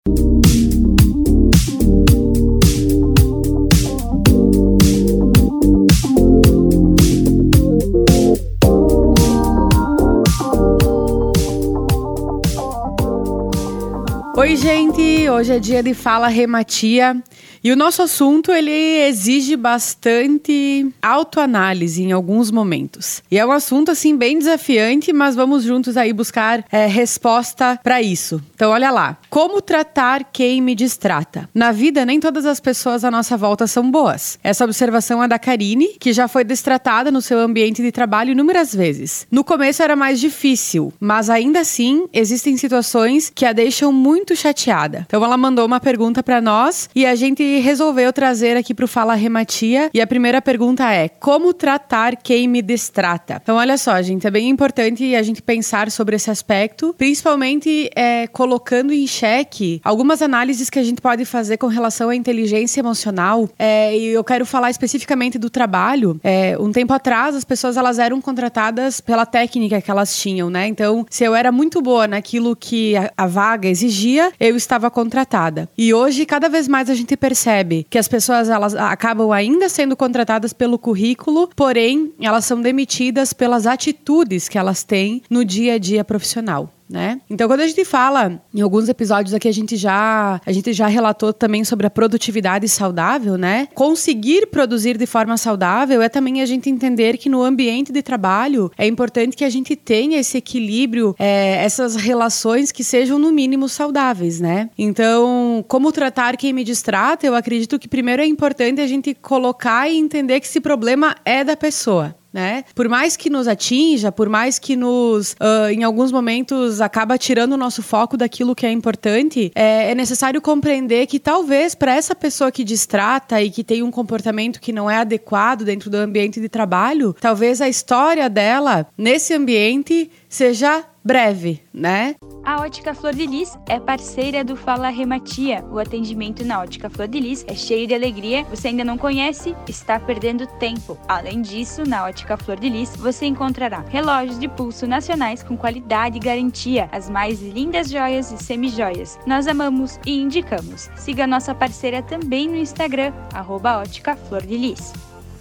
Oi, gente! Hoje é dia de Fala Rematia e o nosso assunto, ele exige bastante autoanálise em alguns momentos. E é um assunto, assim, bem desafiante, mas vamos juntos aí buscar resposta para isso. Então, olha lá. Como tratar quem me distrata? Na vida, nem todas as pessoas à nossa volta são boas. Essa observação é da Karine, que já foi distratada no seu ambiente de trabalho inúmeras vezes. No começo era mais difícil, mas ainda assim, existem situações que a deixam muito chateada. Então ela mandou uma pergunta para nós e a gente resolveu trazer aqui pro Fala Rematia. E a primeira pergunta é: como tratar quem me distrata? Então olha só, gente, é bem importante a gente pensar sobre esse aspecto, principalmente colocando em xeque algumas análises que a gente pode fazer com relação à inteligência emocional. E eu quero falar especificamente do trabalho. Um tempo atrás, as pessoas elas eram contratadas pela técnica que elas tinham, né? Então, se eu era muito boa naquilo que a vaga exigia, eu estava contratada. E hoje, cada vez mais a gente percebe que as pessoas elas acabam ainda sendo contratadas pelo currículo, porém, elas são demitidas pelas atitudes que elas têm no dia a dia profissional. Né? Então, quando a gente fala, em alguns episódios aqui, a gente já relatou também sobre a produtividade saudável, né? Conseguir produzir de forma saudável é também a gente entender que no ambiente de trabalho é importante que a gente tenha esse equilíbrio, essas relações que sejam no mínimo saudáveis, né? Então, como tratar quem me distrata, eu acredito que primeiro é importante a gente colocar e entender que esse problema é da pessoa. Né? Por mais que nos atinja, por mais que nos, em alguns momentos, acaba tirando o nosso foco daquilo que é importante, é necessário compreender que talvez para essa pessoa que distrata e que tem um comportamento que não é adequado dentro do ambiente de trabalho, talvez a história dela nesse ambiente seja breve, né? A Ótica Flor de Lis é parceira do Fala Rematia. O atendimento na Ótica Flor de Lis é cheio de alegria. Você ainda não conhece? Está perdendo tempo. Além disso, na Ótica Flor de Lis, você encontrará relógios de pulso nacionais com qualidade e garantia, as mais lindas joias e semijoias. Nós amamos e indicamos. Siga a nossa parceira também no Instagram, @Ótica Flor de Lis.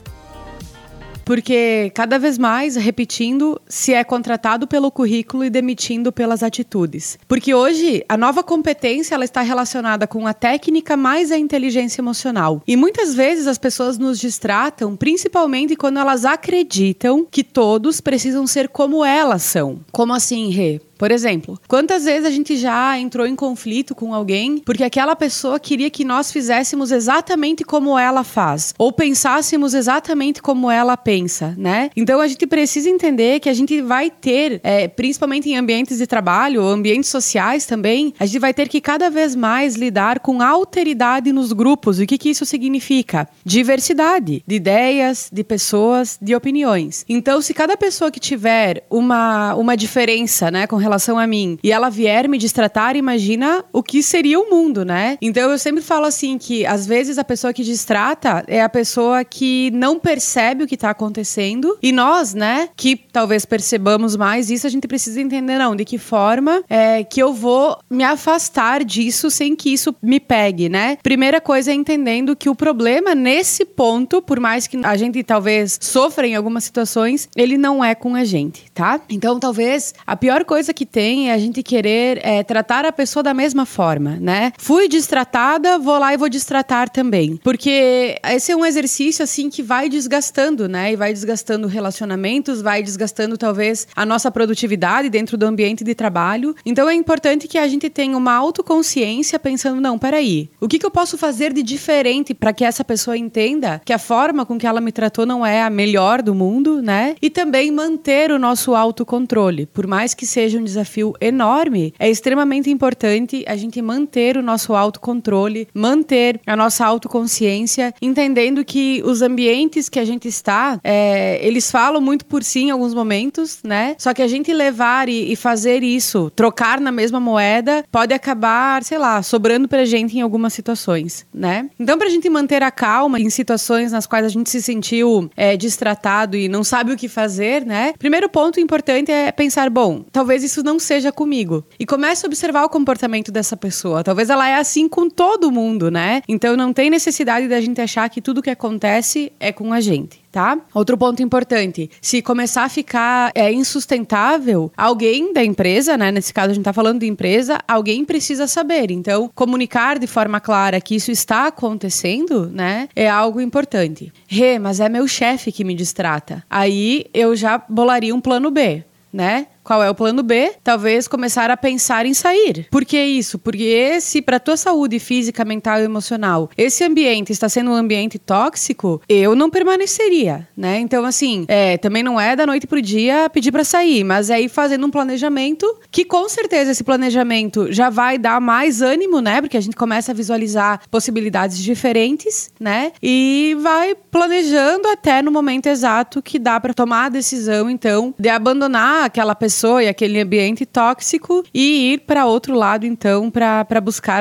Porque cada vez mais, repetindo, se é contratado pelo currículo e demitindo pelas atitudes. Porque hoje, a nova competência ela está relacionada com a técnica mais a inteligência emocional. E muitas vezes as pessoas nos distratam, principalmente quando elas acreditam que todos precisam ser como elas são. Como assim, Rê? Por exemplo, quantas vezes a gente já entrou em conflito com alguém porque aquela pessoa queria que nós fizéssemos exatamente como ela faz, ou pensássemos exatamente como ela pensa, né? Então a gente precisa entender que a gente vai ter, principalmente em ambientes de trabalho, ou ambientes sociais também, a gente vai ter que cada vez mais lidar com alteridade nos grupos. E o que isso significa? Diversidade de ideias, de pessoas, de opiniões. Então, se cada pessoa que tiver uma diferença, né, com relação a mim, e ela vier me distratar, imagina o que seria o mundo, né? Então eu sempre falo assim que às vezes a pessoa que distrata é a pessoa que não percebe o que tá acontecendo, e nós, né, que talvez percebamos mais isso, a gente precisa entender, não, de que forma que eu vou me afastar disso sem que isso me pegue, né? Primeira coisa é entendendo que o problema nesse ponto, por mais que a gente talvez sofra em algumas situações, ele não é com a gente, tá? Então talvez a pior coisa que tem é a gente querer tratar a pessoa da mesma forma, né? Fui distratada, vou lá e vou distratar também. Porque esse é um exercício, assim, que vai desgastando, né? E vai desgastando relacionamentos, vai desgastando, talvez, a nossa produtividade dentro do ambiente de trabalho. Então, é importante que a gente tenha uma autoconsciência pensando, não, peraí, o que eu posso fazer de diferente para que essa pessoa entenda que a forma com que ela me tratou não é a melhor do mundo, né? E também manter o nosso autocontrole. Por mais que seja um desafio enorme, é extremamente importante a gente manter o nosso autocontrole, manter a nossa autoconsciência, entendendo que os ambientes que a gente está, eles falam muito por si em alguns momentos, né? Só que a gente levar e fazer isso, trocar na mesma moeda, pode acabar, sei lá, sobrando pra gente em algumas situações, né? Então, pra gente manter a calma em situações nas quais a gente se sentiu distratado e não sabe o que fazer, né? Primeiro ponto importante é pensar, bom, talvez isso isso não seja comigo. E comece a observar o comportamento dessa pessoa. Talvez ela é assim com todo mundo, né? Então não tem necessidade da gente achar que tudo que acontece é com a gente. Tá? Outro ponto importante, se começar a ficar insustentável, alguém da empresa, né? Nesse caso a gente tá falando de empresa, alguém precisa saber. Então, comunicar de forma clara que isso está acontecendo, né? É algo importante. Mas é meu chefe que me distrata. Aí eu já bolaria um plano B, né? Qual é o plano B? Talvez começar a pensar em sair. Por que isso? Porque se para tua saúde física, mental e emocional, esse ambiente está sendo um ambiente tóxico, eu não permaneceria, né? Então, assim, também não é da noite pro dia pedir para sair, mas é ir fazendo um planejamento que, com certeza, esse planejamento já vai dar mais ânimo, né? Porque a gente começa a visualizar possibilidades diferentes, né? E vai planejando até no momento exato que dá para tomar a decisão, então, de abandonar aquela pessoa e aquele ambiente tóxico e ir para outro lado, então, para buscar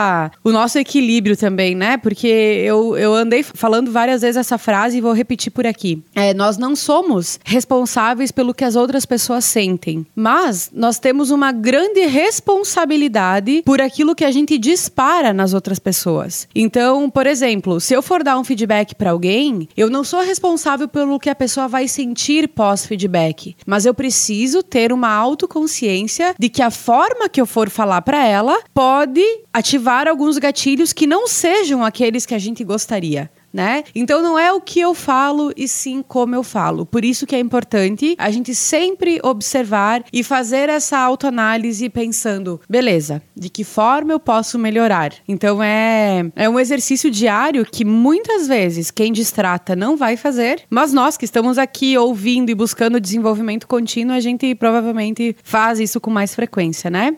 o nosso equilíbrio também, né? Porque eu andei falando várias vezes essa frase e vou repetir por aqui. Nós não somos responsáveis pelo que as outras pessoas sentem, mas nós temos uma grande responsabilidade por aquilo que a gente dispara nas outras pessoas. Então, por exemplo, se eu for dar um feedback para alguém, eu não sou responsável pelo que a pessoa vai sentir pós-feedback, mas eu preciso ter uma autoconsciência de que a forma que eu for falar para ela pode ativar alguns gatilhos que não sejam aqueles que a gente gostaria, né? Então não é o que eu falo e sim como eu falo. Por isso que é importante a gente sempre observar e fazer essa autoanálise pensando, beleza, de que forma eu posso melhorar? Então é um exercício diário que muitas vezes quem distrata não vai fazer, mas nós que estamos aqui ouvindo e buscando desenvolvimento contínuo, a gente provavelmente faz isso com mais frequência, né?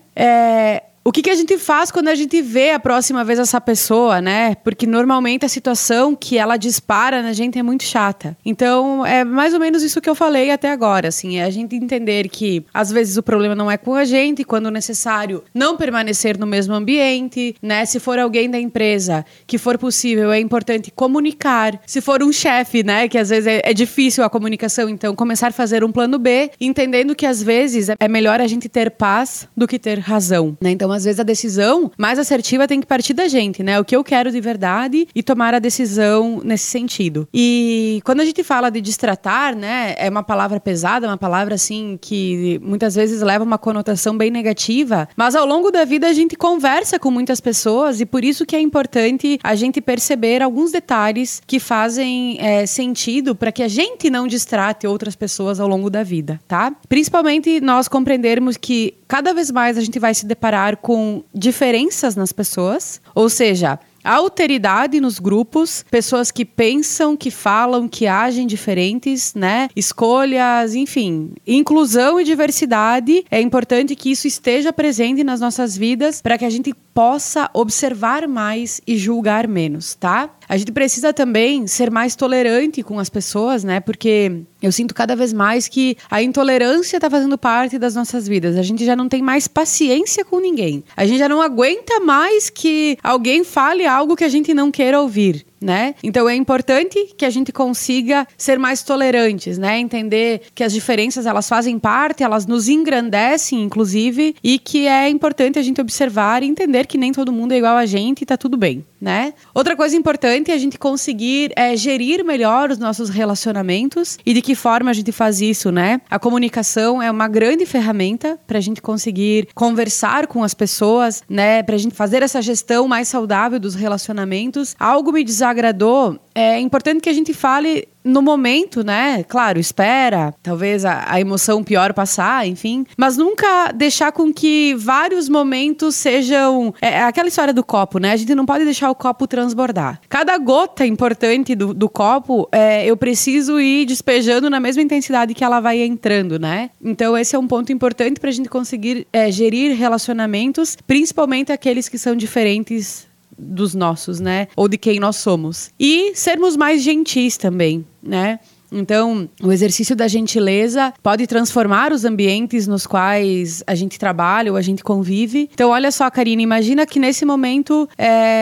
O que a gente faz quando a gente vê a próxima vez essa pessoa, né? Porque normalmente a situação que ela dispara na gente é muito chata. Então, é mais ou menos isso que eu falei até agora, assim. É a gente entender que, às vezes, o problema não é com a gente, quando necessário, não permanecer no mesmo ambiente, né? Se for alguém da empresa, que for possível, é importante comunicar. Se for um chefe, né? Que às vezes é difícil a comunicação, então começar a fazer um plano B, entendendo que, às vezes, é melhor a gente ter paz do que ter razão, né? Então, às vezes a decisão mais assertiva tem que partir da gente, né? O que eu quero de verdade e tomar a decisão nesse sentido. E quando a gente fala de distratar, né? É uma palavra pesada, uma palavra assim que muitas vezes leva uma conotação bem negativa, mas ao longo da vida a gente conversa com muitas pessoas e por isso que é importante a gente perceber alguns detalhes que fazem sentido para que a gente não distrate outras pessoas ao longo da vida, tá? Principalmente nós compreendermos que cada vez mais a gente vai se deparar com diferenças nas pessoas, ou seja, alteridade nos grupos, pessoas que pensam, que falam, que agem diferentes, né? Escolhas, enfim. Inclusão e diversidade, é importante que isso esteja presente nas nossas vidas para que a gente possa observar mais e julgar menos, tá? A gente precisa também ser mais tolerante com as pessoas, né? Porque eu sinto cada vez mais que a intolerância tá fazendo parte das nossas vidas. A gente já não tem mais paciência com ninguém. A gente já não aguenta mais que alguém fale algo que a gente não queira ouvir, né? Então é importante que a gente consiga ser mais tolerantes, né? Entender que as diferenças, elas fazem parte, elas nos engrandecem, inclusive, e que é importante a gente observar e entender que nem todo mundo é igual a gente e tá tudo bem, né? Outra coisa importante é a gente conseguir gerir melhor os nossos relacionamentos. E de que forma a gente faz isso, né? A comunicação é uma grande ferramenta pra gente conseguir conversar com as pessoas, né? Pra gente fazer essa gestão mais saudável dos relacionamentos. Algo me desagradou, é importante que a gente fale no momento, né? Claro, espera, talvez a emoção pior passar, enfim. Mas nunca deixar com que vários momentos sejam... aquela história do copo, né? A gente não pode deixar o copo transbordar. Cada gota importante do copo, eu preciso ir despejando na mesma intensidade que ela vai entrando, né? Então esse é um ponto importante pra gente conseguir gerir relacionamentos, principalmente aqueles que são diferentes dos nossos, né? Ou de quem nós somos. E sermos mais gentis também, né? Então, o exercício da gentileza pode transformar os ambientes nos quais a gente trabalha ou a gente convive. Então, olha só, Karine, imagina que nesse momento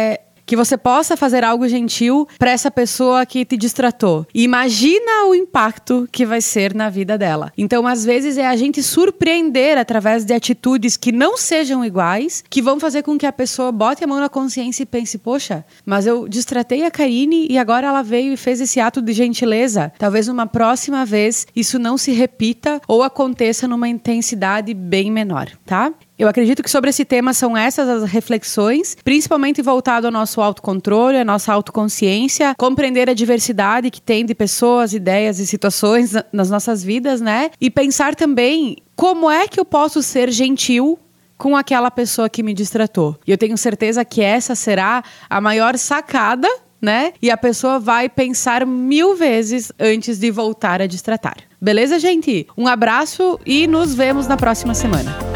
que você possa fazer algo gentil para essa pessoa que te distratou. E imagina o impacto que vai ser na vida dela. Então, às vezes, é a gente surpreender através de atitudes que não sejam iguais, que vão fazer com que a pessoa bote a mão na consciência e pense, poxa, mas eu distratei a Karine e agora ela veio e fez esse ato de gentileza. Talvez uma próxima vez isso não se repita ou aconteça numa intensidade bem menor, tá? Eu acredito que sobre esse tema são essas as reflexões, principalmente voltado ao nosso autocontrole, à nossa autoconsciência, compreender a diversidade que tem de pessoas, ideias e situações nas nossas vidas, né? E pensar também como é que eu posso ser gentil com aquela pessoa que me distratou. E eu tenho certeza que essa será a maior sacada, né? E a pessoa vai pensar 1000 vezes antes de voltar a distratar. Beleza, gente? Um abraço e nos vemos na próxima semana.